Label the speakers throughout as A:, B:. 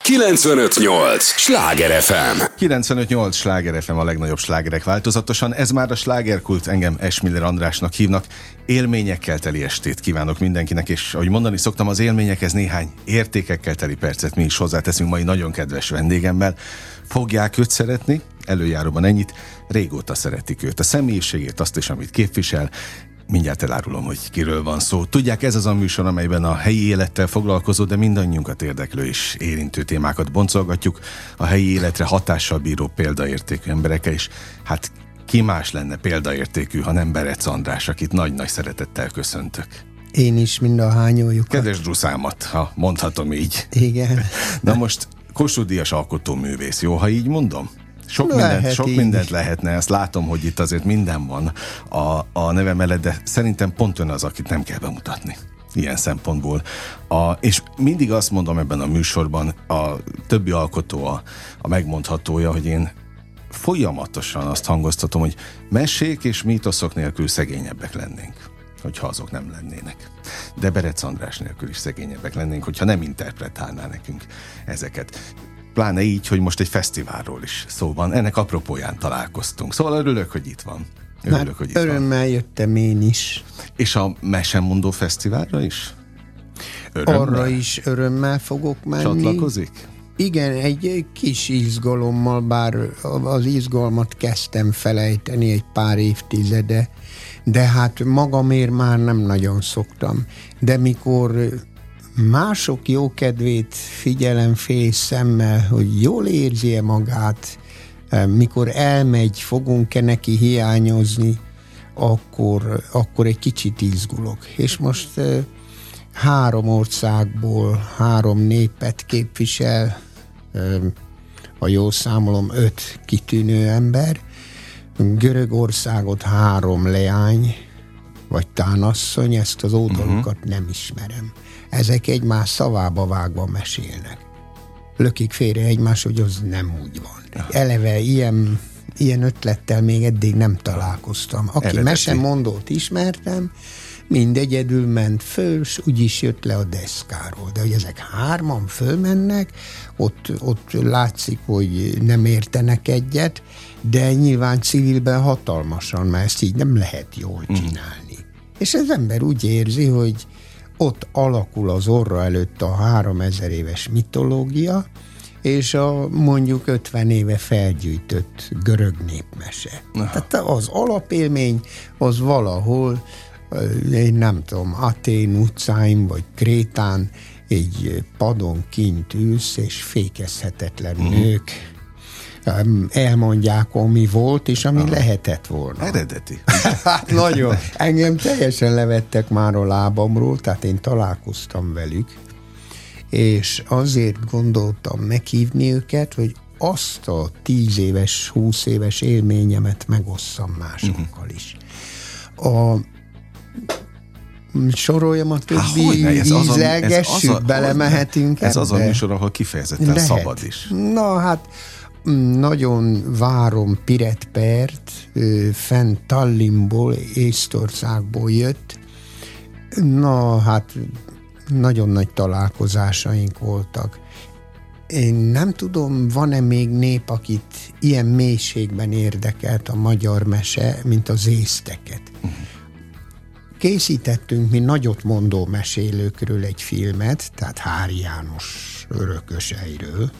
A: 95.8 Sláger FM.
B: 95.8 Sláger FM, a legnagyobb slágerek változatosan. Ez már a slágerkult, engem Esmiller Andrásnak hívnak. Élményekkel teli estét kívánok mindenkinek, és ahogy mondani szoktam, az élményekhez néhány értékekkel teli percet mi is hozzáteszünk mai nagyon kedves vendégemmel. Fogják őt szeretni, előjáróban ennyit, régóta szeretik őt, a személyiségét, azt is, amit képvisel. Mindjárt elárulom, hogy kiről van szó. Tudják, ez az a műsor, amelyben a helyi élettel foglalkozó, de mindannyiunkat érdeklő és érintő témákat boncolgatjuk. A helyi életre hatással bíró példaértékű emberekkel, és hát ki más lenne példaértékű, ha nem Berec András, akit nagy-nagy szeretettel köszöntök.
C: Én is mind a hányójukat.
B: Kedves druszámat, ha mondhatom így.
C: Igen.
B: Na most Kossuth Díjas alkotóművész, jó, ha így mondom? Sok mindent lehetne, ezt látom, hogy itt azért minden van a neve mellett, de szerintem pont ön az, akit nem kell bemutatni ilyen szempontból. És mindig azt mondom ebben a műsorban, a többi alkotó a megmondhatója, hogy én folyamatosan azt hangoztatom, hogy mesék és mítoszok nélkül szegényebbek lennénk, hogyha azok nem lennének. De Berec András nélkül is szegényebbek lennénk, hogyha nem interpretálná nekünk ezeket. Pláne így, hogy most egy fesztiválról is szó van. Ennek apropóján találkoztunk. Szóval örülök, hogy itt van.
C: Örömmel jöttem én is.
B: És a Mesemondó Fesztiválra is?
C: Örömmel? Arra is örömmel fogok menni.
B: Csatlakozik?
C: Igen, egy kis izgalommal, bár az izgalmat kezdtem felejteni egy pár évtizede, de hát magamért már nem nagyon szoktam. De mikor mások jókedvét figyelem fél szemmel, hogy jól érzi-e magát, mikor elmegy, fogunk-e neki hiányozni, akkor egy kicsit izgulok. És most 3 országból 3 népet képvisel, ha jól számolom, 5 kitűnő ember. Görögországot 3 leány, vagy tánasszony, ezt az ódalukat nem ismerem. Ezek egymás szavába vágva mesélnek. Lökik félre egymás, hogy az nem úgy van. Eleve ilyen ötlettel még eddig nem találkoztam. Aki Mesemondót ismertem, mind egyedül ment föl, s úgyis jött le a deszkáról. De hogy ezek 3 fölmennek, ott látszik, hogy nem értenek egyet, de nyilván civilben hatalmasan, mert ezt így nem lehet jól csinálni. És az ember úgy érzi, hogy ott alakul az orra előtt a 3000 éves mitológia, és a mondjuk 50 éve felgyűjtött görög népmese. Tehát az alapélmény az valahol, én nem tudom, Atén utcáin vagy Krétán egy padon kint ülsz, és fékezhetetlen nők elmondják, ami volt, és ami lehetett volna.
B: Eredeti.
C: Hát nagyon. Engem teljesen levettek már a lábamról, tehát én találkoztam velük, és azért gondoltam meghívni őket, hogy azt a 10 éves, 20 éves élményemet megosszam másokkal is. Soroljam a többi ízelgessük, belemehetünk ebbe.
B: Ez az a műsor, ahol kifejezetten szabad is.
C: Na hát, nagyon várom Piret Pert, fent Tallinnból, Észtországból jött. Na hát, nagyon nagy találkozásaink voltak. Én nem tudom, van-e még nép, akit ilyen mélységben érdekelt a magyar mese, mint az észteket. Készítettünk mi nagyot mondó mesélőkről egy filmet, tehát Hári János örököseiről,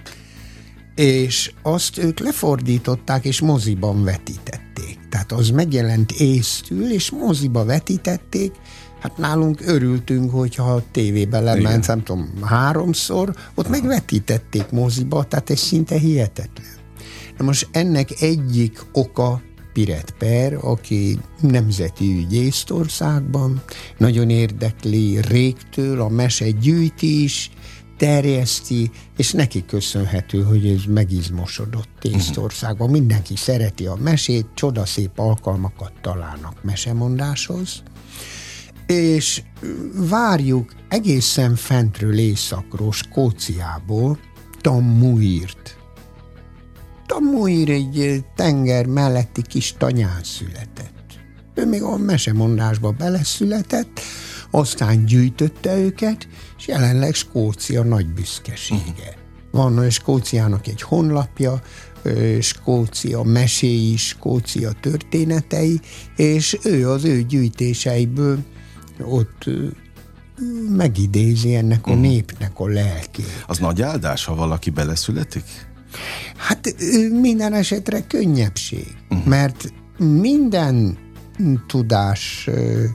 C: és azt ők lefordították, és moziban vetítették. Tehát az megjelent észtül, és moziba vetítették. Hát nálunk örültünk, hogyha a tévébe lement, nem tudom, 3-szor, ott megvetítették moziba, tehát ez szinte hihetetlen. Na most ennek egyik oka Piret Per, aki nemzeti ügy Észtországban, nagyon érdekli régtől, a mese gyűjti is, terjeszti, és neki köszönhető, hogy ez megizmosodott Észtországban. Mindenki szereti a mesét, csodaszép alkalmakat találnak mesemondáshoz, és várjuk egészen fentről északról, Skóciából Tom Muirt. Tom Muir egy tenger melletti kis tanyán született. Ő még a mesemondásba beleszületett, aztán gyűjtötte őket, és jelenleg Skócia nagy büszkesége. Van Skóciának egy honlapja, Skócia meséi, Skócia történetei, és ő az ő gyűjtéseiből ott megidézi ennek a népnek a lelkét.
B: Az nagy áldás, ha valaki beleszületik?
C: Hát minden esetre könnyebbség, mert minden tudás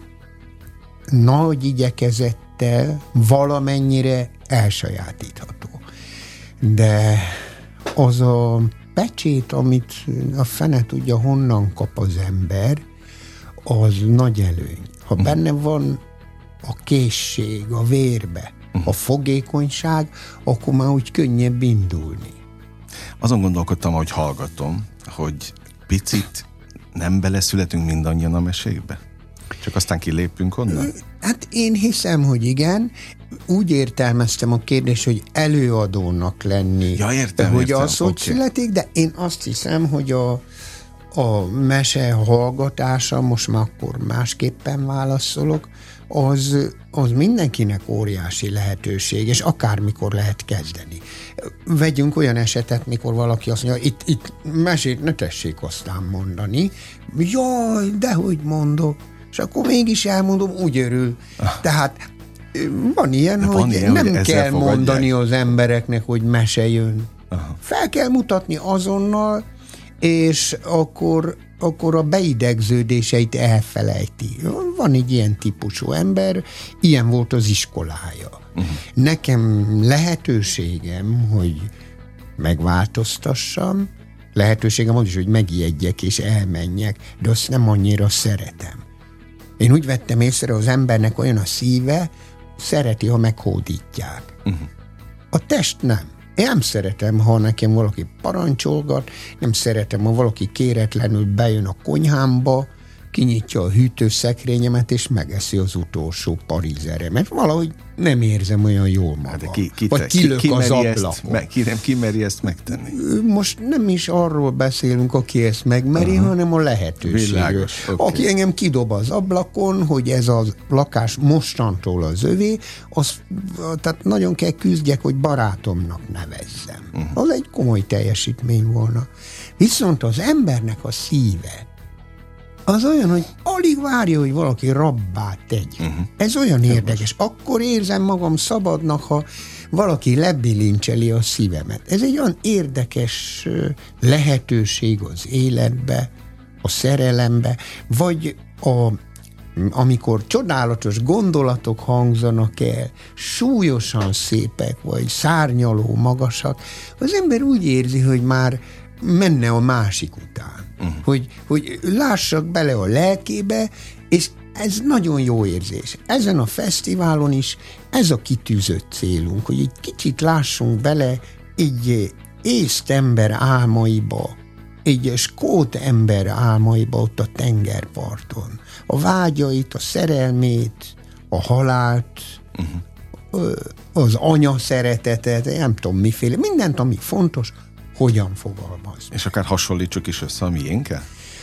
C: nagy igyekezettel valamennyire elsajátítható. De az a pecsét, amit a fene tudja, honnan kap az ember, az nagy előny. Ha benne van a készség a vérbe, a fogékonyság, akkor már úgy könnyebb indulni.
B: Azon gondolkodtam, ahogy hallgatom, hogy picit nem beleszületünk mindannyian a mesékbe? Csak aztán kilépünk onnan?
C: Hát én hiszem, hogy igen. Úgy értelmeztem a kérdést, hogy előadónak lenni.
B: Ja, értem,
C: hogy az hogy születik, de én azt hiszem, hogy a mese hallgatása, most már akkor másképpen válaszolok, az mindenkinek óriási lehetőség, és akármikor lehet kezdeni. Vegyünk olyan esetet, mikor valaki azt mondja, itt mesét ne tessék aztán mondani. Jaj, dehogy mondok. És akkor mégis elmondom, úgy örül. Tehát van ilyen, hogy nem kell mondani az embereknek, hogy mese jön. Aha. Fel kell mutatni azonnal, és akkor a beidegződéseit elfelejti. Van egy ilyen típusú ember, ilyen volt az iskolája. Nekem lehetőségem, hogy megváltoztassam, lehetőségem az is, hogy megijedjek és elmenjek, de azt nem annyira szeretem. Én úgy vettem észre, az embernek olyan a szíve, szereti, ha meghódítják. A test nem. Én nem szeretem, ha nekem valaki parancsolgat, nem szeretem, ha valaki kéretlenül bejön a konyhámba, kinyitja a hűtőszekrényemet, és megeszi az utolsó parizeremet. Valahogy nem érzem olyan jól magam. Vagy kilök az ablakon.
B: Ki meri ezt megtenni?
C: Most nem is arról beszélünk, aki ezt megmeri, hanem a lehetőségről. Aki engem kidob az ablakon, hogy ez a lakás mostantól az övé, tehát nagyon kell küzdjek, hogy barátomnak nevezzem. Az egy komoly teljesítmény volna. Viszont az embernek a szíve az olyan, hogy alig várja, hogy valaki rabbá tegye. Ez olyan érdekes. Akkor érzem magam szabadnak, ha valaki lebilincseli a szívemet. Ez egy olyan érdekes lehetőség az életbe, a szerelembe, vagy amikor csodálatos gondolatok hangzanak el, súlyosan szépek, vagy szárnyaló magasak, az ember úgy érzi, hogy már menne a másik után. Hogy lássak bele a lelkébe, és ez nagyon jó érzés. Ezen a fesztiválon is ez a kitűzött célunk, hogy egy kicsit lássunk bele egy észt ember álmaiba, egy skót ember álmaiba ott a tengerparton. A vágyait, a szerelmét, a halált, az anya szeretetet, nem tudom miféle, mindent, ami fontos, hogyan fogalmaz.
B: És akár hasonlítsuk is össze a miénkkel?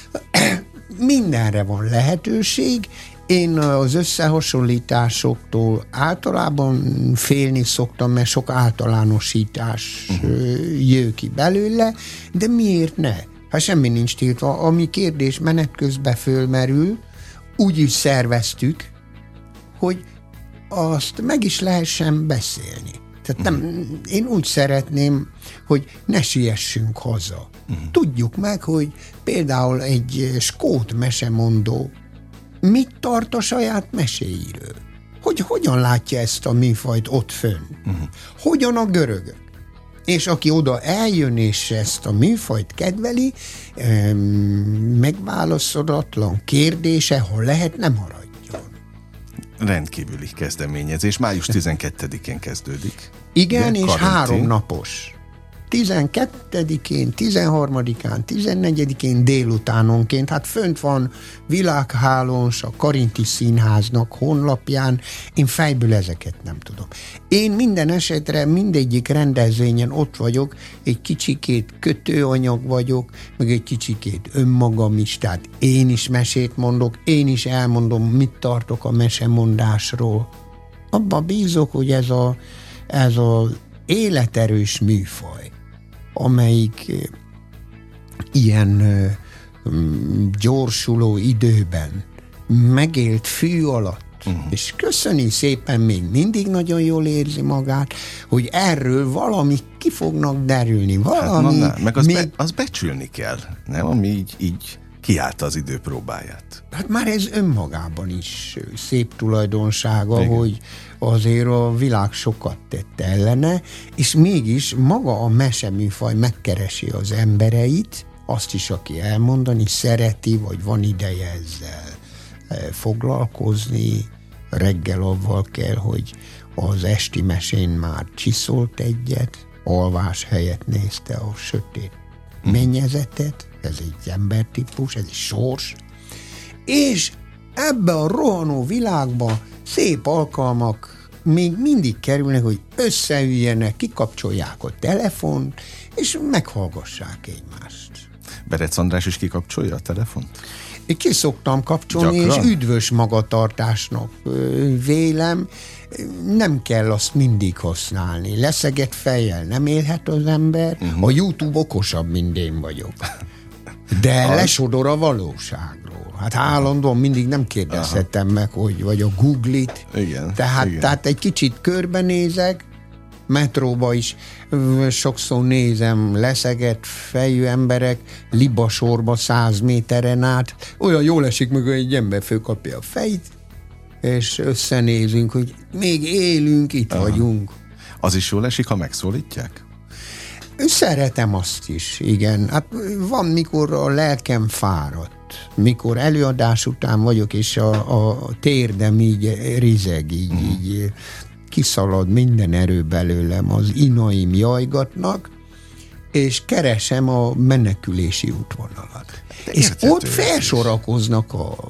C: Mindenre van lehetőség. Én az összehasonlításoktól általában félni szoktam, mert sok általánosítás jön ki belőle, de miért ne? Hát semmi nincs tiltva. Ami kérdés menet közben fölmerül, úgy is szerveztük, hogy azt meg is lehessen beszélni. Tehát nem, én úgy szeretném, hogy ne siessünk haza. Tudjuk meg, hogy például egy skót mesemondó mit tart a saját meséiről. Hogy hogyan látja ezt a műfajt ott fönn. Hogyan a görögök. És aki oda eljön és ezt a műfajt kedveli, megválaszolatlan kérdése, ha lehet, nem maradjon.
B: Rendkívüli kezdeményezés. Május 12-én kezdődik.
C: Igen, és 3 napos. 12-én, 13-án, 14-én délutánonként, hát fönt van világhálós a Karinti Színháznak honlapján, én fejből ezeket nem tudom. Én minden esetre mindegyik rendezvényen ott vagyok, egy kicsikét kötőanyag vagyok, meg egy kicsikét önmagam is, tehát én is mesét mondok, én is elmondom, mit tartok a mesemondásról. Abba bízok, hogy ez a életerős műfaj, amelyik ilyen gyorsuló időben megélt fű alatt, és köszöni szépen, még mindig nagyon jól érzi magát, hogy erről valami ki fognak derülni. Valami...
B: Hát, meg az becsülni kell, nem? Ami így kiállta az idő próbáját.
C: Hát már ez önmagában is szép tulajdonsága, igen, hogy azért a világ sokat tett ellene, és mégis maga a meseműfaj megkeresi az embereit, azt is, aki elmondani szereti, vagy van ideje ezzel foglalkozni. Reggel avval kell, hogy az esti mesén már csiszolt egyet, alvás helyett nézte a sötét mennyezetet, ez egy embertípus, ez egy sors, és ebbe a rohanó világba szép alkalmak még mindig kerülnek, hogy összeüljenek, kikapcsolják a telefont, és meghallgassák egymást.
B: Berec András is kikapcsolja a telefont?
C: Én ki szoktam kapcsolni, gyakran? És üdvös magatartásnak vélem, nem kell azt mindig használni. Leszegett fejjel nem élhet az ember, a YouTube okosabb, mint én vagyok. De lesodor a valóságról. Hát állandóan mindig nem kérdezhetem meg, hogy vagy a Google-it.
B: Igen,
C: tehát egy kicsit körbenézek, metróba is sokszor nézem leszegett fejű emberek libasorba 100 méteren át. Olyan jól esik meg, hogy egy ember fölkapja a fejét, és összenézünk, hogy még élünk, itt vagyunk.
B: Az is jól esik, ha megszólítják?
C: Szeretem azt is, igen. Hát van, mikor a lelkem fáradt, mikor előadás után vagyok, és a térdem így rizeg, így kiszalad minden erő belőlem, az inaim jajgatnak, és keresem a menekülési útvonalat. És ott felsorakoznak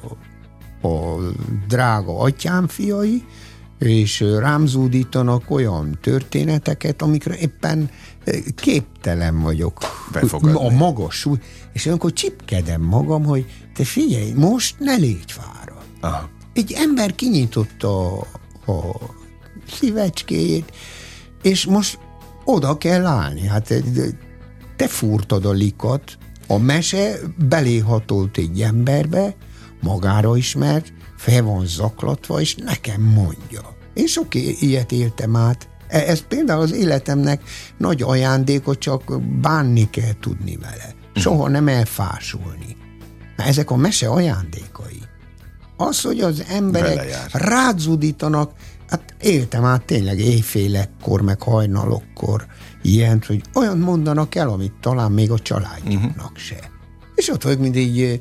C: a drága atyám fiai, és rám zúdítanak olyan történeteket, amikre éppen képtelen vagyok
B: befogadni.
C: A magas, és olyankor csipkedem magam, hogy te figyelj, most ne légy fáradt.
B: Aha.
C: Egy ember kinyitotta a szívecskéjét, és most oda kell állni. Hát te fúrtad a likat, a mese beléhatolt egy emberbe, magára ismert, fel van zaklatva, és nekem mondja. Én sok ilyet éltem át. Ez például az életemnek nagy ajándéka, csak bánni kell tudni vele. Soha nem elfásulni. Mert ezek a mese ajándékai. Az, hogy az emberek rázudítanak, hát éltem át tényleg éjfélekkor, meg hajnalokkor ilyen, hogy olyan mondanak el, amit talán még a családjuknak se. És ott vagyok, mint egy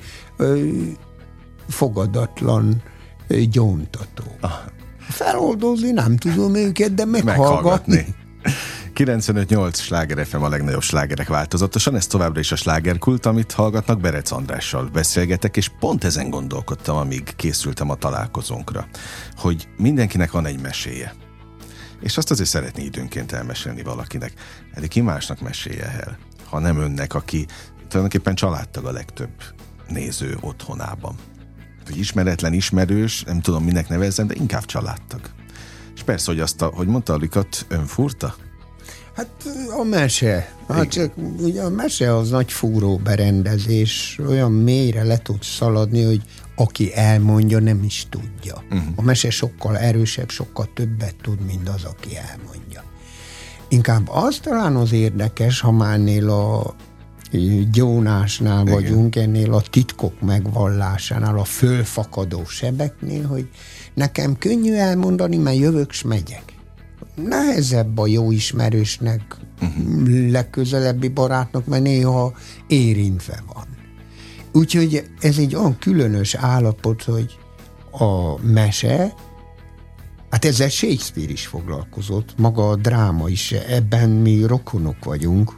C: fogadatlan gyóntató. Feloldozni nem tudom őket, de meghallgatni.
B: 95-8 Sláger FM a legnagyobb slágerek változatosan, ez továbbra is a slágerkult, amit hallgatnak, Berec Andrással beszélgetek, és pont ezen gondolkodtam, amíg készültem a találkozónkra, hogy mindenkinek van egy meséje. És azt azért szeretné időnként elmesélni valakinek. De ki másnak mesélje el, ha nem önnek, aki tulajdonképpen családtag a legtöbb néző otthonában. Hogy ismeretlen, ismerős, nem tudom, minek nevezzem, de inkább családtag. És persze, hogy azt, hogy mondta a likat, ön fúrta?
C: Hát a mese. Hát csak, ugye a mese az nagy fúró berendezés, olyan mélyre le tud szaladni, hogy aki elmondja, nem is tudja. A mese sokkal erősebb, sokkal többet tud, mint az, aki elmondja. Inkább az talán az érdekes, ha már ennél a gyónásnál vagyunk, ennél a titkok megvallásánál, a fölfakadó sebeknél, hogy nekem könnyű elmondani, mert jövök s megyek. Nehezebb a jó ismerősnek, legközelebbi barátnak, mert néha érintve van. Úgyhogy ez egy olyan különös állapot, hogy a mese, hát ezzel Shakespeare is foglalkozott, maga a dráma is, ebben mi rokonok vagyunk,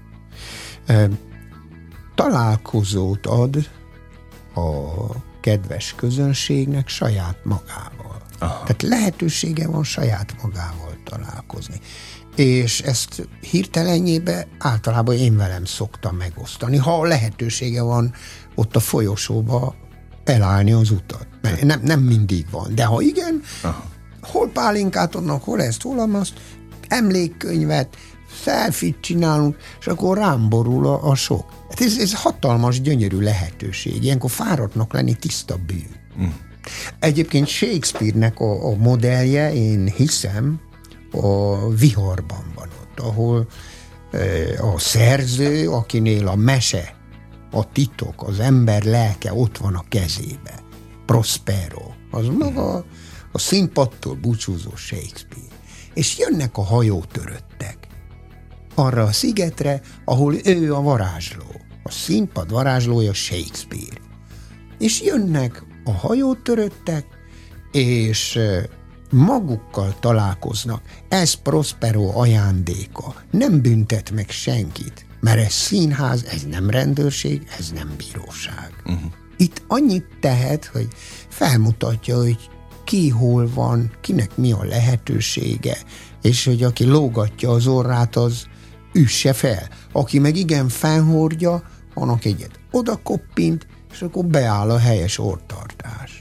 C: találkozót ad a kedves közönségnek saját magával. Aha. Tehát lehetősége van saját magával találkozni. És ezt hirtelenjébe általában én velem szoktam megosztani, ha lehetősége van ott a folyosóba elállni az utat. Mert nem mindig van, de ha igen, aha, hol pálinkát adnak, hol ezt, hol azt, emlékkönyvet, selfie csinálunk, és akkor rám borul a sok. Hát ez hatalmas, gyönyörű lehetőség. Ilyenkor fáradtnak lenni tiszta bűn. Egyébként Shakespeare-nek a modellje, én hiszem, a Viharban van ott, ahol a szerző, akinél a mese, a titok, az ember lelke ott van a kezébe. Prospero. Az maga a színpadtól búcsúzó Shakespeare. És jönnek a hajótöröttek arra a szigetre, ahol ő a varázsló. A színpad varázslója Shakespeare. És jönnek a hajótöröttek, és magukkal találkoznak. Ez Prospero ajándéka. Nem büntet meg senkit, mert ez színház, ez nem rendőrség, ez nem bíróság. Itt annyit tehet, hogy felmutatja, hogy ki hol van, kinek mi a lehetősége, és hogy aki lógatja az orrát, az üsse fel. Aki meg igen fennhordja, annak egyet oda koppint, és akkor beáll a helyes orrtartás.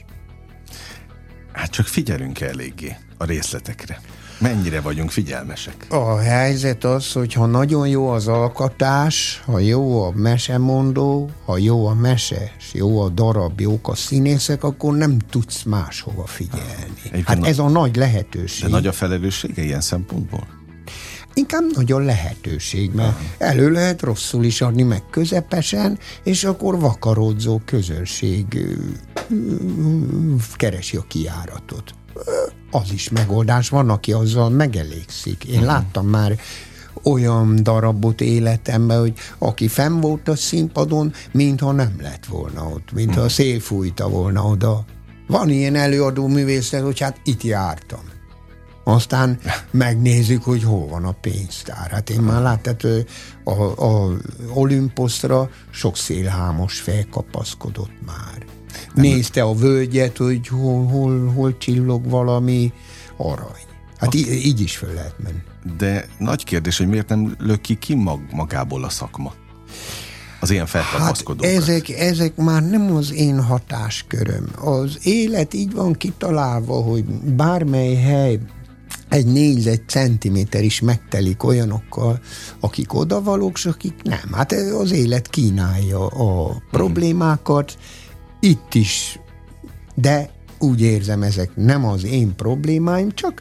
B: Hát csak figyelünk eléggé a részletekre. Mennyire vagyunk figyelmesek?
C: A helyzet az, hogy ha nagyon jó az alkotás, ha jó a mesemondó, ha jó a mese, és jó a darab, jók a színészek, akkor nem tudsz máshova figyelni. Hát ez a nagy lehetőség.
B: De nagy a felelőssége ilyen szempontból?
C: Inkább nagy a lehetőség, mert elő lehet rosszul is adni, meg közepesen, és akkor vakaródzó közönség keresi a kijáratot. Az is megoldás, van, aki azzal megelégszik. Én láttam már olyan darabot életemben, hogy aki fenn volt a színpadon, mintha nem lett volna ott, mintha a szél fújta volna oda. Van ilyen előadó művészet, hogy hát itt jártam. Aztán megnézzük, hogy hol van a pénztár. Hát én már láttam, a Olimposzra sok szélhámos fej kapaszkodott már. Nézte a völgyet, hogy hol csillog valami arany. Hát így is föl lehet menni.
B: De nagy kérdés, hogy miért nem lök ki magából a szakma? Az ilyen felkapaszkodókat.
C: Hát ezek már nem az én hatásköröm. Az élet így van kitalálva, hogy bármely hely egy négyzet centiméter is megtelik olyanokkal, akik odavalók, és akik nem. Hát az élet kínálja a problémákat, itt is, de úgy érzem, ezek nem az én problémáim, csak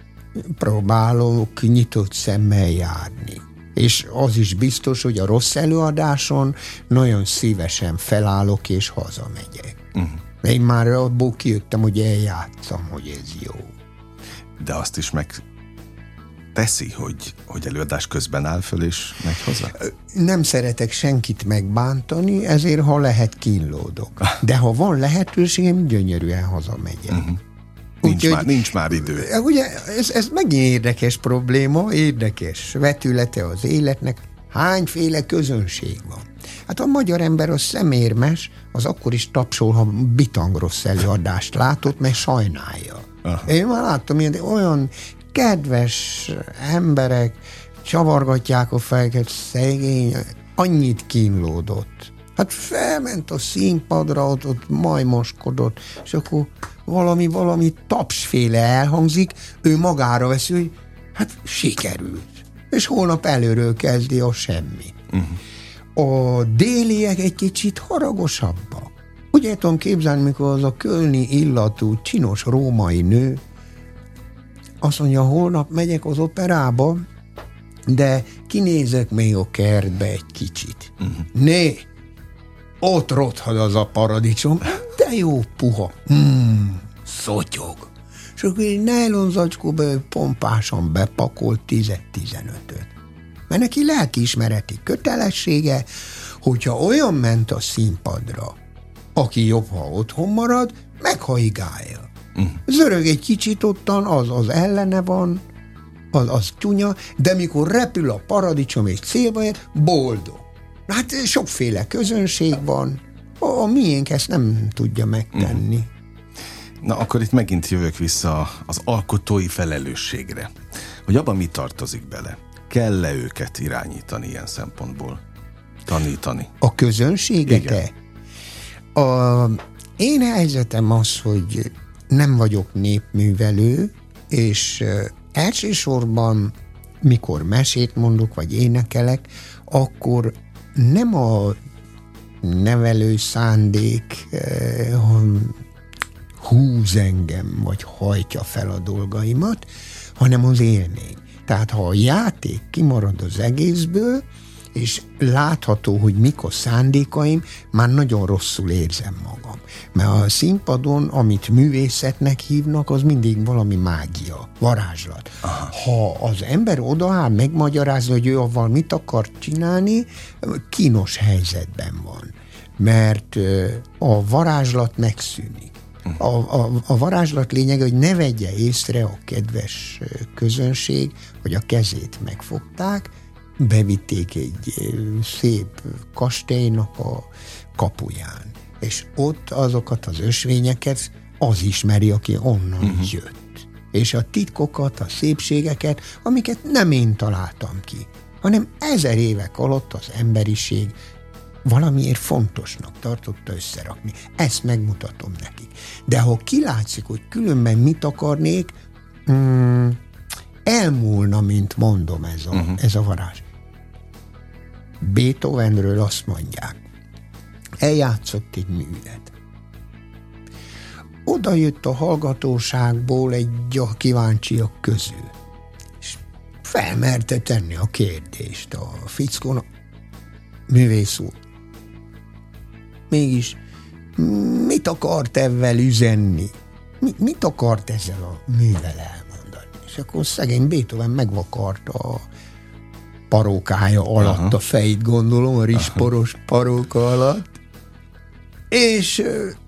C: próbálok nyitott szemmel járni. És az is biztos, hogy a rossz előadáson nagyon szívesen felállok és hazamegyek. Én már abból kijöttem, hogy eljátszam, hogy ez jó.
B: De azt is meg teszi, hogy előadás közben áll föl és megy hozzá?
C: Nem szeretek senkit megbántani, ezért ha lehet kínlódok. De ha van lehetőségem, gyönyörűen hazamegyek.
B: Nincs már idő.
C: Ugye ez megint érdekes probléma, érdekes vetülete az életnek. Hányféle közönség van? Hát a magyar ember az szemérmes, az akkor is tapsol, ha bitang rossz előadást látott, mert sajnálja. Aha. Én már láttam olyan kedves emberek, csavargatják a fejeket, szegény, annyit kínlódott. Hát felment a színpadra, ott majmoskodott, és akkor valami tapsféle elhangzik, ő magára veszi, hogy hát sikerült. És holnap előről kezdi a semmi. A déliek egy kicsit haragosabbak. Ugye tudom képzelni, mikor az a kölni illatú, csinos római nő azt mondja, holnap megyek az operába, de kinézek még a kertbe egy kicsit. Né, ott rothad az a paradicsom, de jó puha. Szotyog. És akkor egy nylon zacskóba pompásan bepakolt 10-15-öt. Mert neki lelkiismereti kötelessége, hogyha olyan ment a színpadra, aki jobb, ha otthon marad, meghaigálja. Zörög egy kicsit ottan, az ellene van, az csúnya, de mikor repül a paradicsom és célba ér, boldog. Hát sokféle közönség van, a miénk ezt nem tudja megtenni.
B: Na, akkor itt megint jövök vissza az alkotói felelősségre. Hogy abban mi tartozik bele? Kell-e őket irányítani ilyen szempontból? Tanítani?
C: A közönséget? Én helyzetem az, hogy nem vagyok népművelő, és elsősorban mikor mesét mondok, vagy énekelek, akkor nem a nevelő szándék húz engem, vagy hajtja fel a dolgaimat, hanem az élmény. Tehát ha a játék kimarad az egészből, és látható, hogy mik a szándékaim, már nagyon rosszul érzem magam. Mert a színpadon, amit művészetnek hívnak, az mindig valami mágia, varázslat. Aha. Ha az ember odaáll megmagyarázni, hogy ő avval mit akar csinálni, kínos helyzetben van. Mert a varázslat megszűnik. A varázslat lényege, hogy ne vegye észre a kedves közönség, hogy a kezét megfogták, bevitték egy szép kastélynak a kapuján. És ott azokat az ösvényeket az ismeri, aki onnan jött. És a titkokat, a szépségeket, amiket nem én találtam ki, hanem 1000 évek alatt az emberiség valamiért fontosnak tartotta összerakni. Ezt megmutatom nekik. De ha kilátszik, hogy különben mit akarnék, elmúlna, mint mondom, ez a varázs. Beethovenről azt mondják, eljátszott egy művet. Oda jött a hallgatóságból egy a kíváncsiak közül, és felmerte tenni a kérdést a fickónak, művész úr. Mégis mit akart ezzel üzenni? Mit akart ezzel a művel elmondani? És akkor szegény Beethoven megvakart a parókája alatt, a fejét gondolom, a rizsporos paróka alatt, és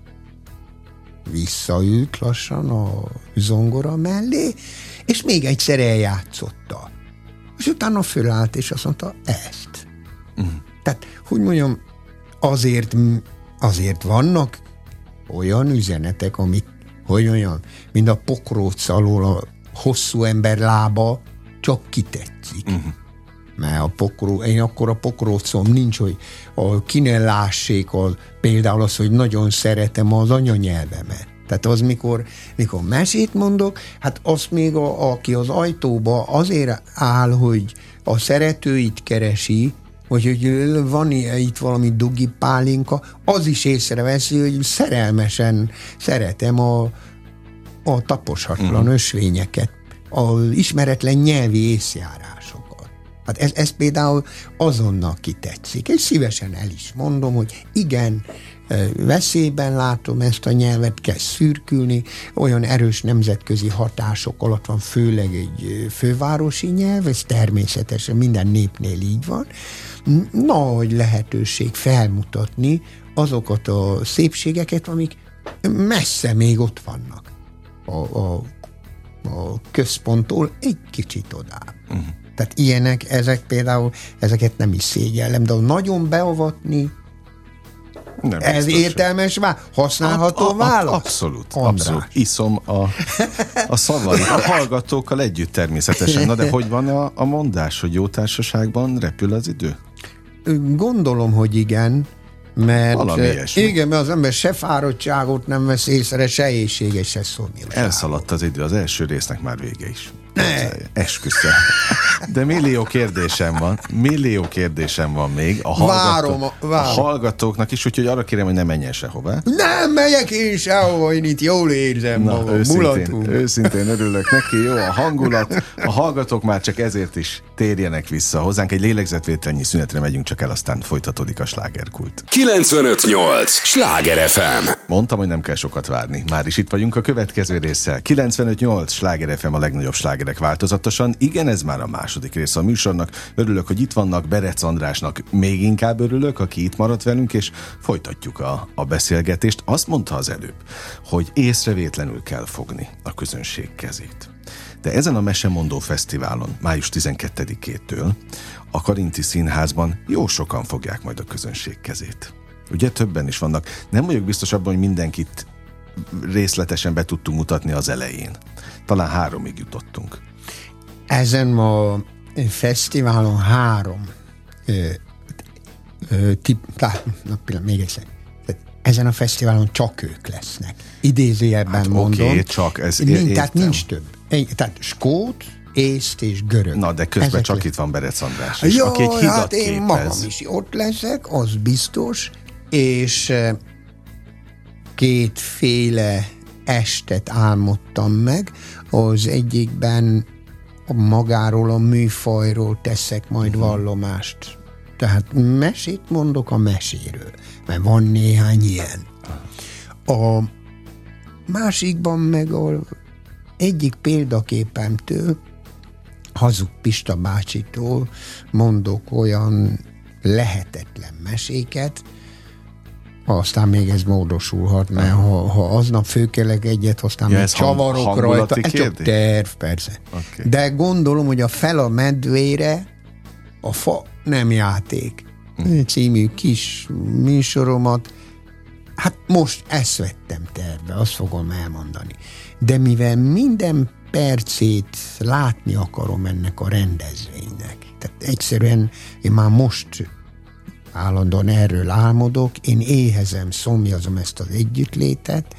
C: visszaült lassan a zongora mellé, és még egyszer eljátszotta. És utána fölállt, és azt mondta, ezt. Tehát, hogy mondjam, azért vannak olyan üzenetek, amik, hogy olyan, mint a pokróc alól a hosszú ember lába csak kitetszik. Mert én akkor a pokrócom nincs, hogy ki ne lássék például az, hogy nagyon szeretem az anyanyelvemet. Tehát az, mikor mesét mondok, hát azt még aki az ajtóba azért áll, hogy a szeretőit keresi, vagy hogy van itt valami dugi pálinka, az is észreveszi, hogy szerelmesen szeretem a taposhatlan ösvényeket, az ismeretlen nyelvi észjárásokat. Hát ez például azonnal kitetszik, és szívesen el is mondom, hogy igen, veszélyben látom ezt a nyelvet, kezd szürkülni, olyan erős nemzetközi hatások alatt van, főleg egy fővárosi nyelv, ez természetesen minden népnél így van. Nagy lehetőség felmutatni azokat a szépségeket, amik messze még ott vannak a központtól egy kicsit odább. Tehát ilyenek, ezeket nem is szégyellem, de nagyon beavatni, nem ez értelmes használható válasz?
B: Abszolút. Iszom a szavait a hallgatókkal együtt természetesen. Na de hogy van a mondás, hogy jó társaságban repül az idő?
C: Gondolom, hogy igen, mert igen, mert az ember se fáradtságot nem vesz észre, se éjséges, se szomjúságot.
B: Elszaladt az idő, az első résznek már vége is. Esküszöm. De millió kérdésem van még a hallgatóknak is, úgyhogy arra kérem, hogy ne menjen sehová.
C: Nem megyek én sehova, én itt jól érzem magam.
B: Őszintén örülök neki, jó a hangulat. A hallgatók már csak ezért is térjenek vissza hozzánk. Egy lélegzetvételnyi szünetre megyünk csak el, aztán folytatódik a slágerkult.
A: 95.8 Sláger FM.
B: Mondtam, hogy nem kell sokat várni. Már is itt vagyunk a következő résszel. 95.8 Sláger FM, a legnagyobb slágerek változatosan. Igen, ez már a második része a műsornak. Örülök, hogy itt vannak. Berec Andrásnak még inkább örülök, aki itt maradt velünk, és folytatjuk a beszélgetést. Azt mondta az előbb, hogy észrevétlenül kell fogni a közönség kezét. De ezen a Mesemondó Fesztiválon, május 12-től a Karinti Színházban jó sokan fogják majd a közönség kezét. Ugye többen is vannak. Nem vagyok biztos abban, hogy mindenkit részletesen be tudtunk mutatni az elején. Talán 3-ig jutottunk.
C: Ezen a fesztiválon 3 még egyszer. Ezen a fesztiválon csak ők lesznek. Idézőjelben mondom.
B: Oké, csak ez
C: tehát nincs több. Tehát skót, észt és görög.
B: Na, de közben
C: Ezek
B: csak itt van Berec András is, aki egy hidat
C: hát én
B: képez.
C: magam is ott leszek, az biztos, és kétféle estet álmodtam meg. Az egyikben magáról a műfajról teszek majd vallomást. Tehát mesét mondok a meséről, mert van néhány ilyen. A másikban meg egyik példaképemtől, Hazug Pista bácsitól mondok olyan lehetetlen meséket, aztán még ez módosulhat, mert ha aznap főkelek egyet, aztán még csavarok rajta. Ez csak terv, persze. Okay. De gondolom, hogy a Fel a medvére a fa nem játék című kis műsoromat, hát most ezt vettem terve, azt fogom elmondani. De mivel minden percét látni akarom ennek a rendezvénynek, tehát egyszerűen én már most állandóan erről álmodok, én éhezem, szomjazom ezt az együttlétet,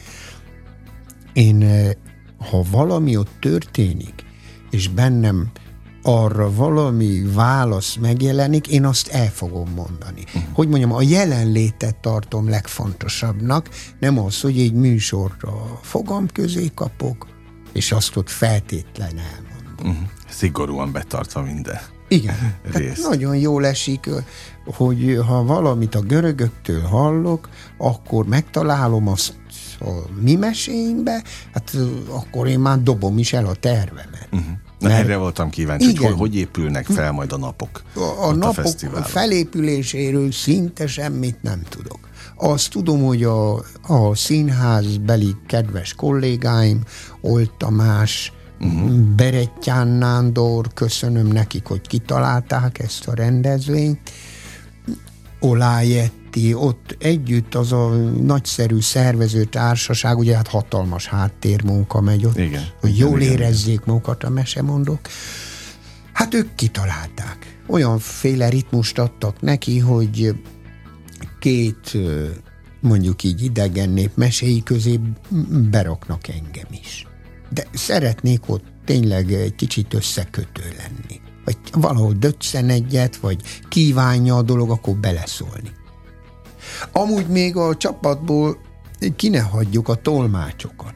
C: én, ha valami ott történik, és bennem arra valami válasz megjelenik, én azt el fogom mondani. Hogy mondjam, a jelenlétet tartom legfontosabbnak, nem az, hogy egy műsorra fogam közé kapok, és azt ott feltétlen elmondom.
B: Szigorúan betartva minden.
C: Igen. Nagyon jól esik, hogy ha valamit a görögöktől hallok, akkor megtalálom azt a mi meséimbe, hát akkor én már dobom is el a tervemet.
B: Na, erre voltam kíváncsi, hogy épülnek fel majd a napok.
C: A napok felépüléséről szinte semmit nem tudok. Azt tudom, hogy a színházbeli kedves kollégáim, Old Tamás, Berettyán Nándor, köszönöm nekik, hogy kitalálták ezt a rendezvényt, Olájetti, ott együtt az a nagyszerű szervező társaság, ugye hát hatalmas háttérmunka megy ott,
B: igen,
C: hogy jól érezzék magukat a mesemondók. Hát ők kitalálták. Olyanféle ritmust adtak neki, hogy két, mondjuk így idegen nép meséi közé beraknak engem is. De szeretnék ott tényleg egy kicsit összekötő lenni. Vagy valahol döccen egyet, vagy kívánja a dolog, akkor beleszólni. Amúgy még a csapatból ki ne hagyjuk a tolmácsokat.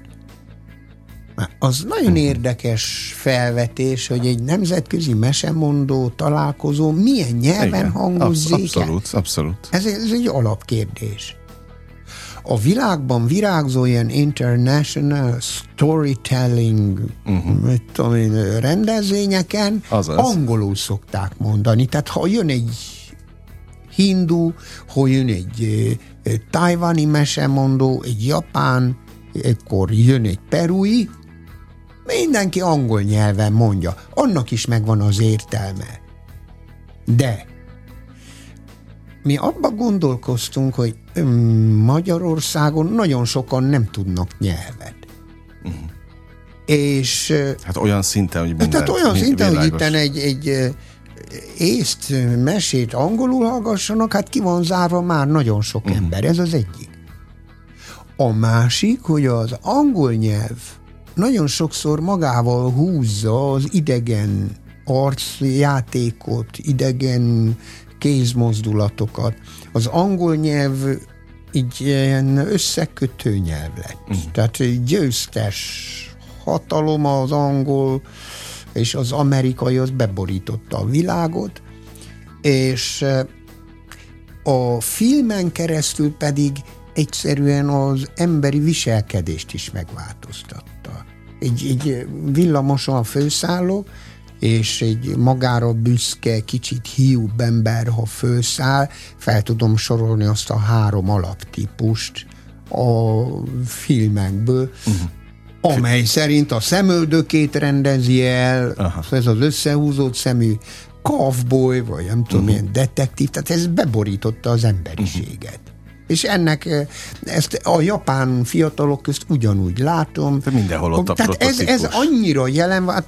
C: Az nagyon érdekes felvetés, hogy egy nemzetközi mesemondó találkozó milyen nyelven hangozzék el.
B: Abszolút.
C: Ez egy alapkérdés. A világban virágzó ilyen international storytelling rendezvényeken angolul szokták mondani. Tehát ha jön egy hindu, ha jön egy tajvani mesemondó, egy japán, akkor jön egy perui, mindenki angol nyelven mondja. Annak is megvan az értelme. De mi abba gondolkoztunk, hogy Magyarországon nagyon sokan nem tudnak nyelvet. És
B: hát olyan szinten, hogy minden
C: tehát olyan szinten, hogy itten egy észt mesét angolul hallgassanak, hát ki van zárva már nagyon sok ember. Ez az egyik. A másik, hogy az angol nyelv nagyon sokszor magával húzza az idegen arcjátékot, idegen kézmozdulatokat. Az angol nyelv így ilyen összekötő nyelv lett. Tehát győztes hatalom az angol, és az amerikai az beborította a világot, és a filmen keresztül pedig egyszerűen az emberi viselkedést is megváltoztatta. Egy villamoson főszállok, és egy magára büszke, kicsit hiúbb ember, ha főszáll, fel tudom sorolni azt a 3 alaptípust a filmekből, amely szerint a szemöldökét rendezi el, ez az összehúzott szemű cowboy, vagy nem tudom, milyen detektív, tehát ez beborította az emberiséget. És ennek, ezt a japán fiatalok közt ugyanúgy látom.
B: De mindenhol ott a
C: tehát ez annyira jelen van,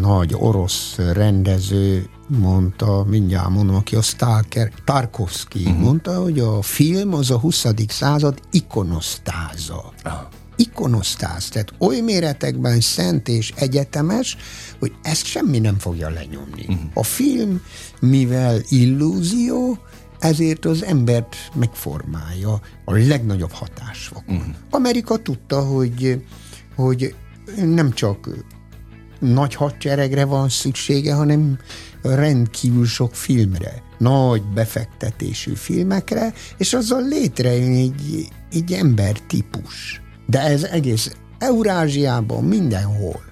C: nagy orosz rendező mondta, mindjárt mondom, aki a Stalker, Tarkovsky mondta, hogy a film az a 20. század ikonosztáza. Ikonosztáz, tehát oly méretekben szent és egyetemes, hogy ezt semmi nem fogja lenyomni. A film, mivel illúzió, ezért az embert megformálja a legnagyobb hatásfokon. Amerika tudta, hogy nem csak nagy hadseregre van szüksége, hanem rendkívül sok filmre, nagy befektetésű filmekre, és azzal létrejön egy embertípus. De ez egész Eurázsiában, mindenhol.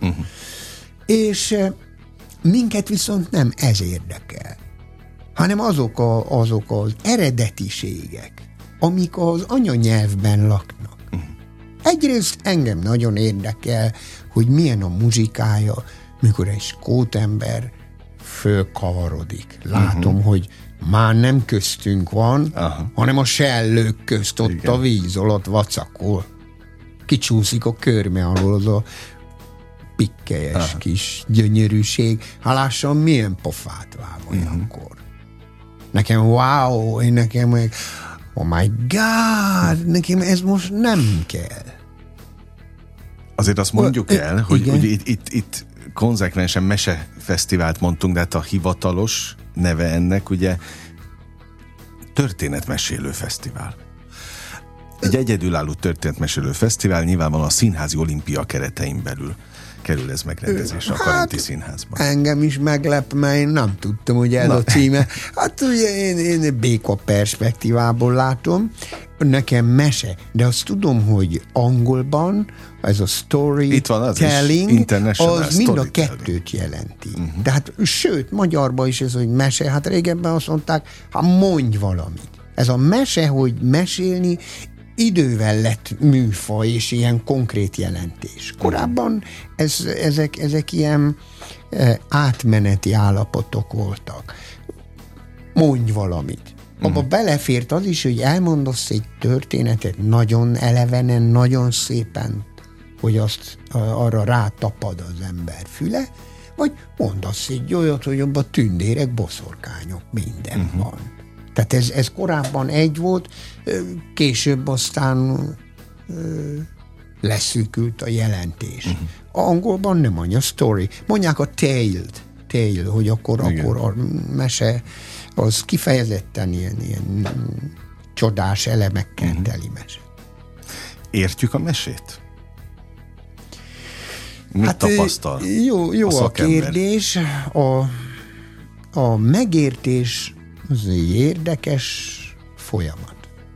C: És minket viszont nem ez érdekel, hanem azok az eredetiségek, amik az anyanyelvben laknak. Egyrészt engem nagyon érdekel, hogy milyen a muzsikája, mikor egy skótember fölkavarodik. Látom, hogy már nem köztünk van, hanem a sellők közt, ott a víz alatt vacakol. Kicsúszik a körme alól az a pikkelyes kis gyönyörűség. Hát lássam, milyen pofát vág olyankor. Nekem wow, nekem meg oh my God, nekem ez most nem kell.
B: Azért azt mondjuk el, hogy itt konzekvensen mesefesztivált mondtunk, de hát a hivatalos neve ennek ugye történetmesélő fesztivál. Egy egyedülálló történetmesélő fesztivál, nyilvánvalóan a Színházi Olimpia keretein belül kerül ez megrendezésre a Karinti Színházban.
C: Engem is meglep, mert én nem tudtam, hogy ez a címe. Hát ugye én béka perspektívából látom, nekem mese, de azt tudom, hogy angolban ez a storytelling, az mind a kettőt jelenti. Tehát sőt, magyarban is ez, hogy mese, hát régebben azt mondták, hát mondj valamit. Ez a mese, hogy mesélni, idővel lett műfaj és ilyen konkrét jelentés. Korábban ezek ilyen átmeneti állapotok voltak. Mondj valamit. Abba belefért az is, hogy elmondasz egy történetet nagyon elevenen, nagyon szépen, hogy azt arra rátapad az ember füle, vagy mondasz egy olyat, hogy abban tündérek, boszorkányok, minden van. Tehát ez korábban egy volt, később aztán leszűkült a jelentés. Angolban nem annyi a story. Mondják a tale, hogy akkor a mese az kifejezetten ilyen csodás elemekkel teli mese.
B: Értjük a mesét? Mit tapasztal?
C: Jó a kérdés. A megértés az egy érdekes folyamat.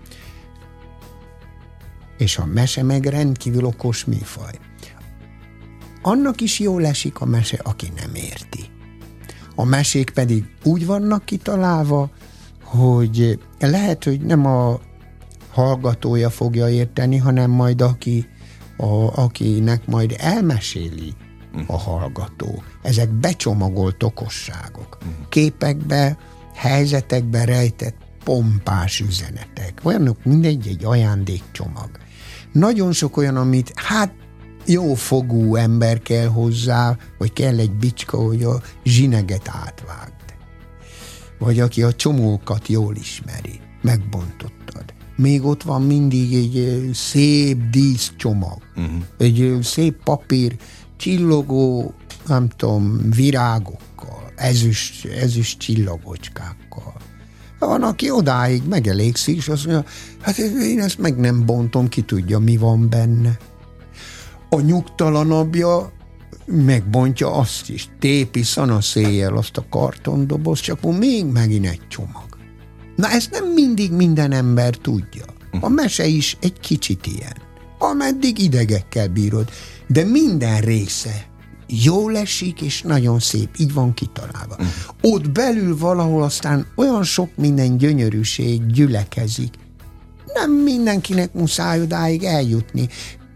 C: És a mese meg rendkívül okos műfaj. Annak is jól esik a mese, aki nem érti. A mesék pedig úgy vannak kitalálva, hogy lehet, hogy nem a hallgatója fogja érteni, hanem majd akinek majd elmeséli a hallgató. Ezek becsomagolt okosságok. Képekbe, helyzetekbe rejtett pompás üzenetek. Olyanok mindegy egy ajándékcsomag. Nagyon sok olyan, amit jófogú ember kell hozzá, vagy kell egy bicska, hogy a zsineget átvágd. Vagy aki a csomókat jól ismeri. Megbontottad. Még ott van mindig egy szép díszcsomag. Egy szép papír, csillogó, nem tudom, virágokkal, ezüst csillagocskákkal. Van, aki odáig megelégszik, és azt mondja, hát én ezt meg nem bontom, ki tudja, mi van benne. A nyugtalanabbja megbontja azt is, tépi szanaszéjjel azt a kartondoboz, csak még megint egy csomag. Na ezt nem mindig minden ember tudja. A mese is egy kicsit ilyen. Ameddig idegekkel bírod, de minden része jól esik, és nagyon szép, így van kitalálva. Ott belül valahol aztán olyan sok minden gyönyörűség gyülekezik. Nem mindenkinek muszáj odáig eljutni.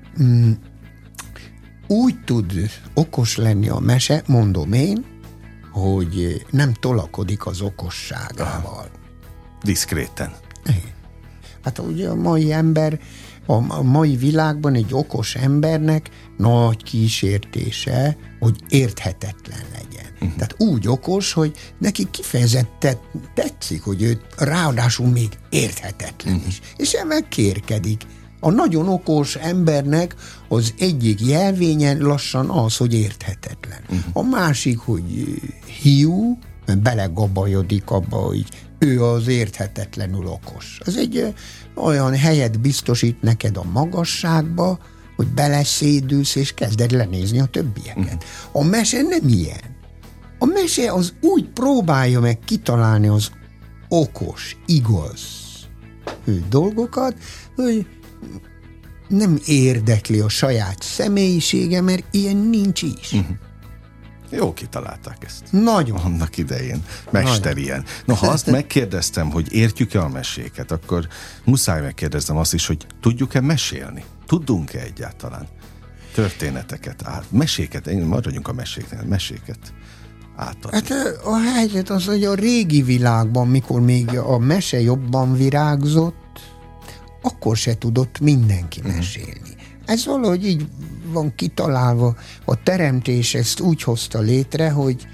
C: Úgy tud okos lenni a mese, mondom én, hogy nem tolakodik az okosságával.
B: Diszkréten.
C: Hát ugye a mai ember A mai világban egy okos embernek nagy kísértése, hogy érthetetlen legyen. Tehát úgy okos, hogy neki kifejezetten tetszik, hogy ő ráadásul még érthetetlen is. És ebben kérkedik. A nagyon okos embernek az egyik jelvénye lassan az, hogy érthetetlen. A másik, hogy hiú, mert belegabajodik abba, hogy ő az érthetetlenül okos. Az egy olyan helyet biztosít neked a magasságba, hogy beleszédülsz, és kezded lenézni a többieket. A mese nem ilyen. A mese az úgy próbálja meg kitalálni az okos, igaz dolgokat, hogy nem érdekli a saját személyisége, mert ilyen nincs is.
B: Jó kitalálták ezt.
C: Nagyon.
B: Annak idején. Mesterien. No, ha azt megkérdeztem, hogy értjük-e a meséket, akkor muszáj megkérdeznem azt is, hogy tudjuk-e mesélni? Tudunk-e egyáltalán történeteket, meséket, maradjunk a meséket átadni?
C: Hát a helyzet az, hogy a régi világban, mikor még a mese jobban virágzott, akkor se tudott mindenki mesélni. Ez valahogy így van kitalálva. A teremtés ezt úgy hozta létre,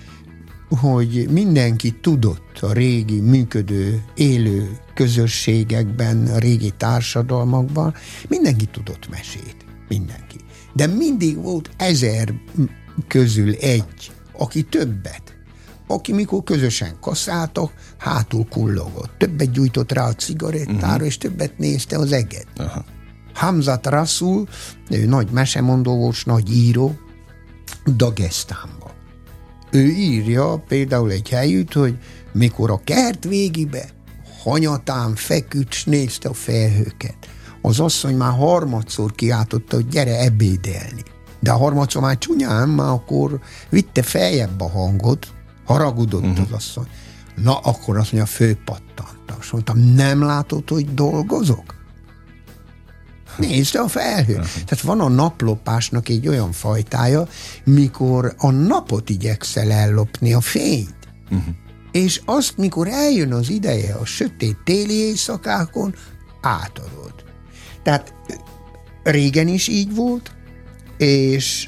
C: hogy mindenki tudott a régi működő, élő közösségekben, a régi társadalmakban, mindenki tudott mesét. Mindenki. De mindig volt 1000 közül egy, aki többet. Aki mikor közösen kaszáltak, hátul kullogott. Többet gyújtott rá a cigarettára, és többet nézte az eget. Hamzat Rasul, ő nagy mesemondó volt, nagy író, Dagestánban. Ő írja például egy helyütt, hogy mikor a kert végébe hanyatán feküdt, s nézte a felhőket. Az asszony már harmadszor kiáltotta, hogy gyere ebédelni. De a harmadszor már csúnyán, már akkor vitte feljebb a hangot, haragudott az asszony. Na, akkor azt mondja, fölpattantam. És mondtam, nem látod, hogy dolgozok? Nézd a felhő. Tehát van a naplopásnak egy olyan fajtája, mikor a napot igyekszel ellopni, a fényt. És azt, mikor eljön az ideje a sötét téli éjszakákon, átadod. Tehát régen is így volt, és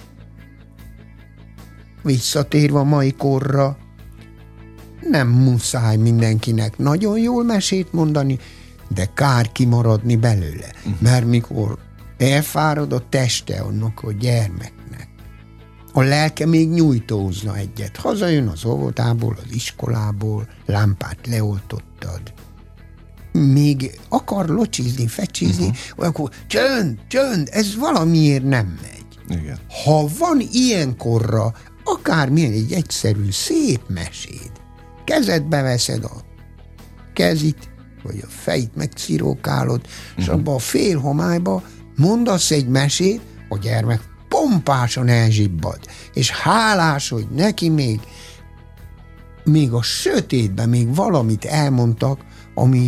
C: visszatérve a mai korra, nem muszáj mindenkinek nagyon jól mesét mondani, de kár kimaradni belőle. Mert mikor elfárad a teste annak a gyermeknek, a lelke még nyújtózna egyet. Hazajön az óvodából, az iskolából, lámpát leoltottad. Még akar locsizni, fecsizni, akkor csönd, ez valamiért nem megy.
B: Igen.
C: Ha van ilyenkorra akármilyen egy egyszerű, szép meséd, kezedbe veszed a kezit, vagy a fejét megcirókálod, és abba a fél homályba mondasz egy mesét, a gyermek pompásan elzsibbad, és hálás, hogy neki még a sötétben még valamit elmondtak, ami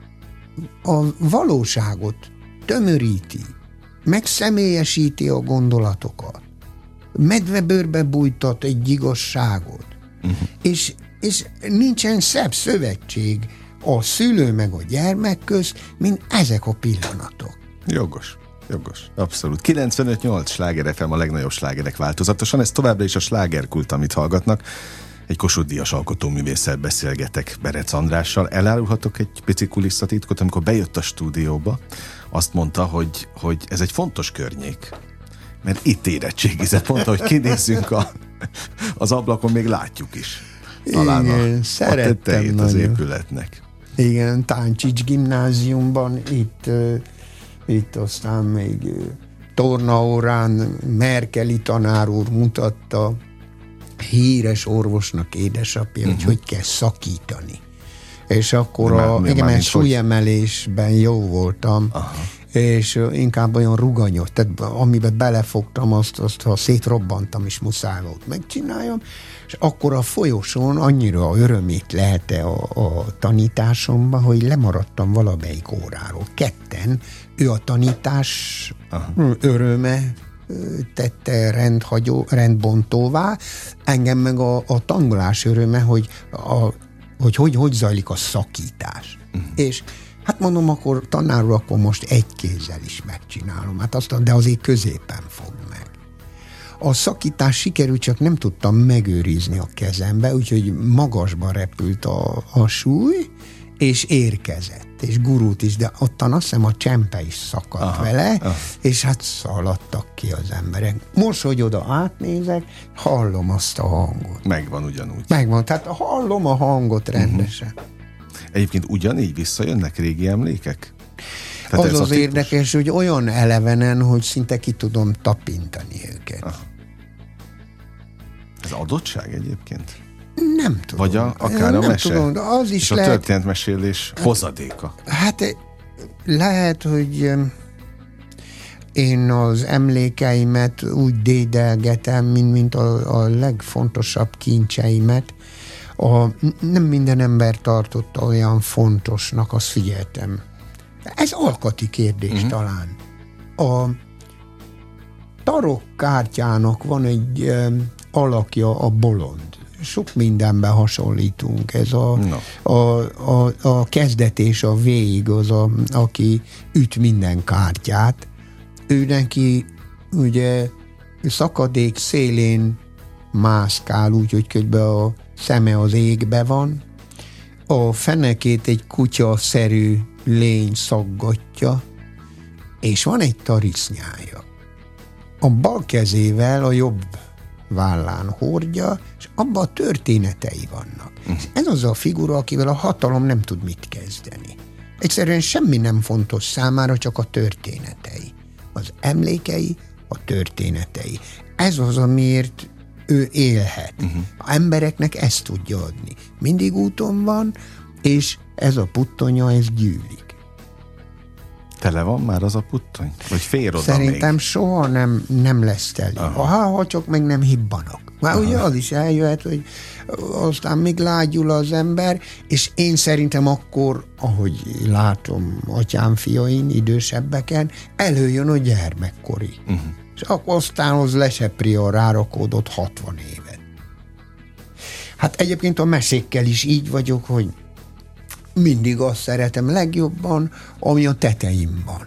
C: a valóságot tömöríti, megszemélyesíti a gondolatokat, medvebőrbe bújtat egy igazságot, és nincsen szebb szövetség a szülő meg a gyermek közt, mint ezek a pillanatok.
B: Jogos. Abszolút. 95.8 Sláger FM, a legnagyobb slágerek változatosan. Ez továbbra is a slágerkult, amit hallgatnak. Egy Kossuth-díjas alkotóművésszel beszélgetek, Berec Andrással. Elárulhatok egy pici kulisszatitkot, amikor bejött a stúdióba, azt mondta, hogy ez egy fontos környék, mert itt érettségizett. Mondta, hogy kinézzünk az ablakon, még látjuk is. Talán
C: igen,
B: a tettejét az épületnek.
C: Igen, Táncsics gimnáziumban, itt aztán még tornaórán Merkeli tanár úr mutatta híres orvosnak édesapja, hogy kell szakítani. És akkor mert súlyemelésben jó voltam, és inkább olyan ruganyos, tehát amiben belefogtam, azt ha szétrobbantam, és muszáj volt megcsináljam, és akkor a folyosón annyira örömét lelte a tanításomba, hogy lemaradtam valamelyik óráról. Ketten, ő a tanítás öröme tette rendbontóvá, engem meg a tanulás öröme, hogy zajlik a szakítás. És Hát mondom, akkor tanár úr, akkor most egy kézzel is megcsinálom. Hát azt, de azért középen fog meg. A szakítás sikerült, csak nem tudtam megőrizni a kezembe, úgyhogy magasba repült a súly, és érkezett, és gurult is, de ottan azt hiszem a csempe is szakadt vele, és hát szaladtak ki az emberek. Most, hogy oda átnézek, hallom azt a hangot.
B: Megvan ugyanúgy.
C: Megvan, tehát hallom a hangot rendesen.
B: Egyébként ugyanígy visszajönnek régi emlékek? Tehát
C: az érdekes, hogy olyan elevenen, hogy szinte ki tudom tapintani őket.
B: Aha. Ez adottság egyébként?
C: Nem tudom.
B: Vagy akár a mese?
C: Tudom, de az is
B: és
C: lehet,
B: a történetmesélés hozadéka.
C: Hát lehet, hogy én az emlékeimet úgy dédelgetem, mint a legfontosabb kincseimet. Nem minden ember tartotta olyan fontosnak, azt figyeltem. Ez alkati kérdés talán. A tarokkártyának van egy alakja, a bolond. Sok mindenben hasonlítunk. Ez a kezdet és a végig az, aki üt minden kártyát. Ő neki ugye szakadék szélén mászkál, úgyhogy közben a szeme az égbe van. A fenekét egy kutya-szerű lény szaggatja, és van egy tarisznyája. A bal kezével a jobb vállán hordja, és abban a történetei vannak. Ez az a figura, akivel a hatalom nem tud mit kezdeni. Egyszerűen semmi nem fontos számára, csak a történetei. Az emlékei, a történetei. Ez az, amiért ő élhet. A embereknek ezt tudja adni. Mindig úton van, és ez a puttonya, ez gyűlik.
B: Tele van már az a puttony? Vagy fér oda
C: Szerintem
B: még?
C: soha nem lesz teli. Ha csak meg nem hibbanak. Már ugye az is eljöhet, hogy aztán még lágyul az ember, és én szerintem akkor, ahogy látom atyám fiain, idősebbeken, előjön a gyermekkori. És akkor aztán az lesepri a rárakódott 60 évet. Hát egyébként a mesékkel is így vagyok, hogy mindig azt szeretem legjobban, ami a tetején van.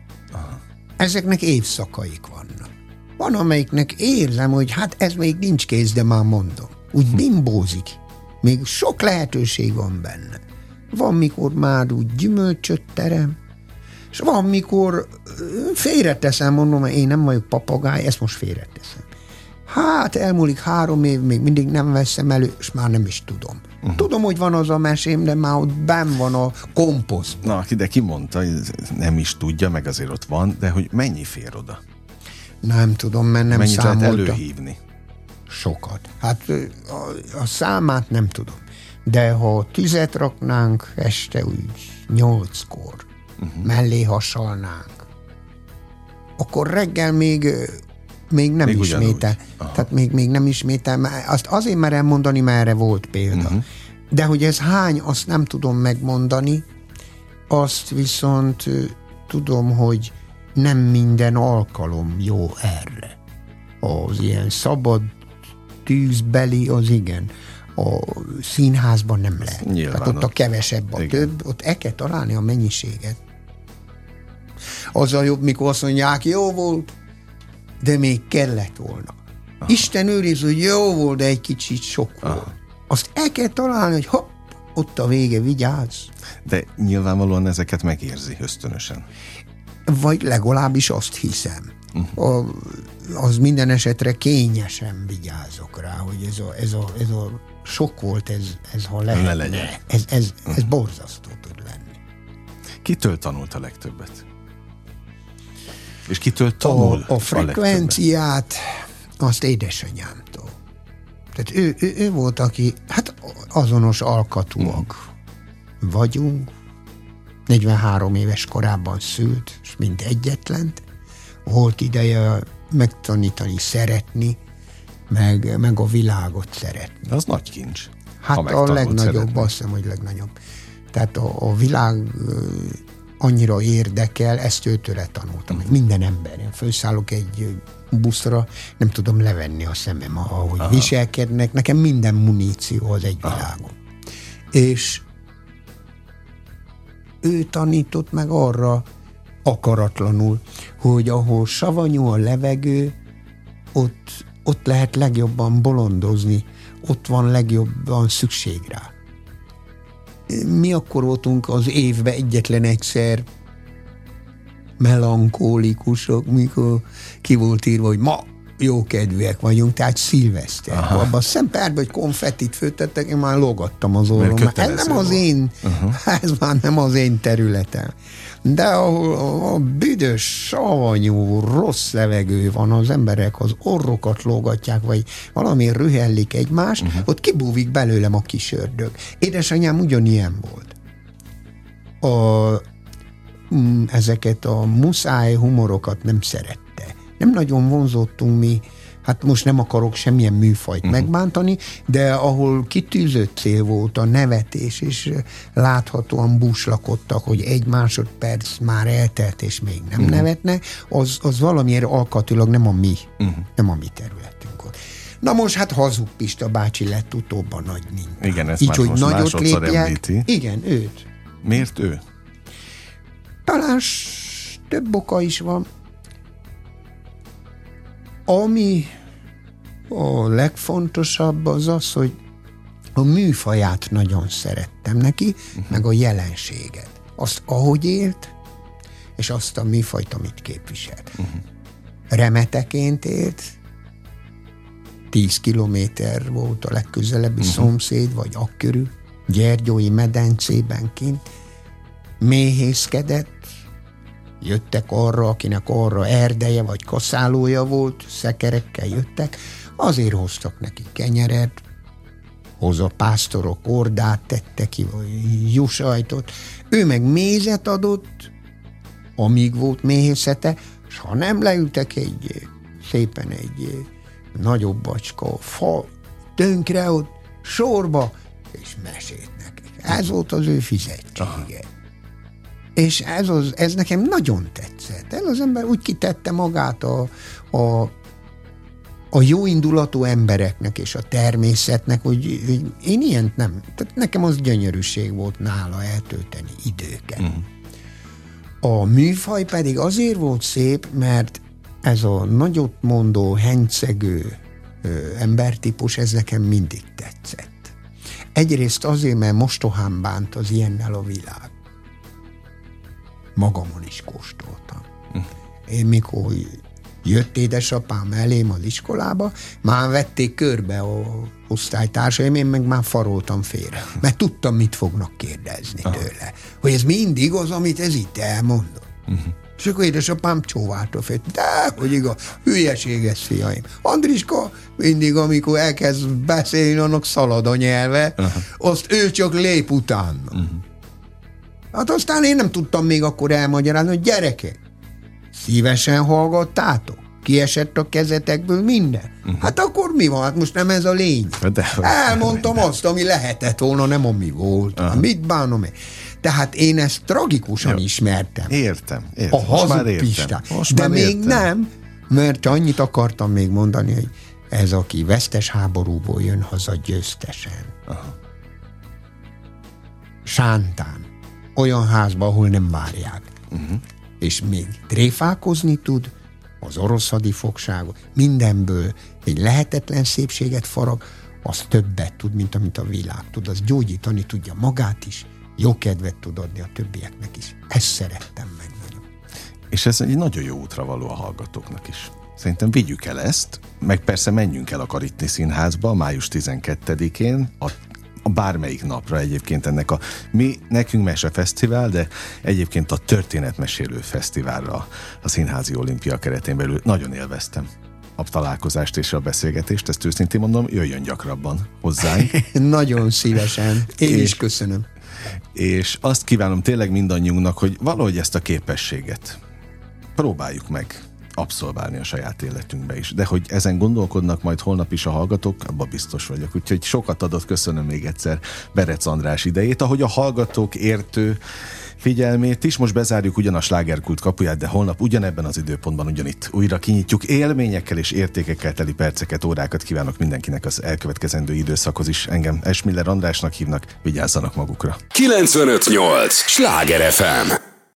C: Ezeknek évszakaik vannak. Van, amelyiknek érzem, hogy hát ez még nincs kész, de már mondom. Úgy bimbózik. Még sok lehetőség van benne. Van, mikor már úgy gyümölcsöt terem, és van, mikor félreteszem, mondom, én nem vagyok papagáj, ezt most félreteszem. Hát elmúlik 3 év, még mindig nem veszem elő, és már nem is tudom. Tudom, hogy van az a mesém, de már ott benn van a komposzt.
B: Na, de ki mondta, nem is tudja, meg azért ott van, de hogy mennyi fér oda?
C: Nem tudom, mert nem
B: mennyit
C: számoltam.
B: lehet előhívni?
C: Sokat. Hát a számát nem tudom. De ha 10 raknánk este úgy 8-kor, mellé hasalnánk, akkor reggel még nem ismétel. Tehát még nem ismétel. Azt azért merem mondani, mert erre volt példa. De hogy ez hány, azt nem tudom megmondani, azt viszont tudom, hogy nem minden alkalom jó erre. Az ilyen szabad tűzbeli, az igen. A színházban nem lehet.
B: Nyilván,
C: tehát ott a kevesebb, a több, ott el kell találni a mennyiséget. Az a jobb, mikor azt mondják, jó volt, de még kellett volna. Isten őriz, hogy jó volt, de egy kicsit sok volt. Azt el kell találni, hogy hopp, ott a vége, vigyázz.
B: De nyilvánvalóan ezeket megérzi ösztönösen.
C: Vagy legalábbis azt hiszem. Az minden esetre kényesen vigyázok rá, hogy ez a sok volt, ez ha lehet.
B: Ne legyen.
C: Ez borzasztó tud lenni.
B: Kitől tanult a legtöbbet? És kitől tanul
C: a frekvenciát azt édesanyámtól. Tehát ő volt, aki, hát azonos alkatúak vagyunk, 43 éves korában szült, és mind egyetlent. Volt ideje megtanítani, szeretni, meg a világot szeretni.
B: Az nagy kincs.
C: Hát a legnagyobb, azt hiszem, hogy legnagyobb. Tehát a világ annyira érdekel, ezt őtőle tanultam. Minden ember. Én felszállok egy buszra, nem tudom levenni a szemem, ahogy viselkednek. Nekem minden muníció az egy világon. És ő tanított meg arra akaratlanul, hogy ahol savanyú a levegő, ott lehet legjobban bolondozni, ott van legjobban szükség rá. Mi akkor voltunk az évben egyetlen egyszer melankólikusok, mikor ki volt írva, hogy ma jókedvűek vagyunk, tehát szilveszter. Abban a szempárban, hogy konfettit főtettek, én már lógattam az orrom. Ez nem az én, ez már nem az én területem. De ahol a büdös, savanyú, rossz levegő van, az emberek az orrokat lógatják, vagy valami rühellik egymást, ott kibúvik belőlem a kis ördög. Édesanyám ugyanilyen volt. Ezeket a muszáj humorokat nem szerette. Nem nagyon vonzottunk mi, hát most nem akarok semmilyen műfajt megbántani, de ahol kitűzött cél volt a nevetés, és láthatóan búslakodtak, hogy egy másodperc már eltelt, és még nem nevetnek, az valamiért alkatilag nem a mi területünk volt. Na most hát Hazug Pista bácsi lett utóbb a nagy minta.
B: Igen, ezt már most másodszor említi.
C: Igen, őt.
B: Miért ő?
C: Talán több oka is van. Ami a legfontosabb az az, hogy a műfaját nagyon szerettem neki, meg a jelenséget. Azt, ahogy élt, és azt a műfajt, amit képviselt. Remeteként élt, 10 kilométer volt a legközelebbi szomszéd, vagy akkörül, Gyergyói medencében kint, méhészkedett, jöttek arra, akinek arra erdeje vagy kaszálója volt, szekerekkel jöttek, azért hoztak neki kenyeret, a pásztorok ordát tette ki, vagy jussajtot, ő meg mézet adott, amíg volt méhészete, és ha nem leültek szépen egy nagyobb bacska fa tönkre ott, sorba, és mesét nekik. Ez volt az ő fizetsége. És ez nekem nagyon tetszett. Ez az ember úgy kitette magát a jóindulatú embereknek és a természetnek, hogy én ilyent nem. Tehát nekem az gyönyörűség volt nála eltölteni időket. A műfaj pedig azért volt szép, mert ez a nagyot mondó, hencegő embertípus, ez nekem mindig tetszett. Egyrészt azért, mert mostohán bánt az ilyennel a világ. Magamon is kóstoltam. Én mikor jött édesapám elém az iskolába, már vették körbe a osztálytársaim, én meg már faroltam félre. Mert tudtam, mit fognak kérdezni tőle. Hogy ez mindig az, amit ez itt elmondott. És akkor édesapám csóválta fel. De, hogy igaz, hülyeség ez, fiaim. Andriska mindig, amikor elkezd beszélni, annak szalad a nyelve, azt ő csak lép utána. Hát aztán én nem tudtam még akkor elmagyarázni, hogy gyerekek, szívesen hallgattátok? Kiesett a kezetekből minden? Hát akkor mi van? Hát most nem ez a lény. Elmondtam azt, ami lehetett volna, nem ami volt. Mit bánom én? Tehát én ezt tragikusan ismertem.
B: Értem.
C: A Hazug Pistát. De még nem, mert annyit akartam még mondani, hogy ez, aki vesztes háborúból jön haza győztesen. Sántán. Olyan házba, ahol nem várják. És még tréfálkozni tud, az orosz hadifogságot, mindenből egy lehetetlen szépséget farag, az többet tud, mint amit a világ tud. Az gyógyítani tudja magát is, jó kedvet tud adni a többieknek is. Ezt szerettem meg nagyon.
B: És ez egy nagyon jó útra való a hallgatóknak is. Szerintem vigyük el ezt, meg persze menjünk el a Karitni Színházba május 12-én, a bármelyik napra egyébként ennek nekünk Mesefesztivál, de egyébként a Történetmesélő Fesztiválra a Színházi Olimpia keretén belül nagyon élveztem a találkozást és a beszélgetést, ezt őszintén mondom, jöjjön gyakrabban hozzánk.
C: Nagyon szívesen. Én is köszönöm.
B: És azt kívánom tényleg mindannyiunknak, hogy valahogy ezt a képességet próbáljuk meg abszolválni a saját életünkbe is. De hogy ezen gondolkodnak majd holnap is a hallgatók, abban biztos vagyok. Úgyhogy sokat adott, köszönöm még egyszer Berec András idejét, ahogy a hallgatók, értő figyelmét is. Most bezárjuk ugyan a Slágerkult kapuját, de holnap ugyanebben az időpontban ugyanitt újra kinyitjuk. Élményekkel és értékekkel teli perceket, órákat kívánok mindenkinek az elkövetkezendő időszakhoz is. Engem Esmiller Andrásnak hívnak, vigyázzanak magukra.
A: 95.8 Sláger FM.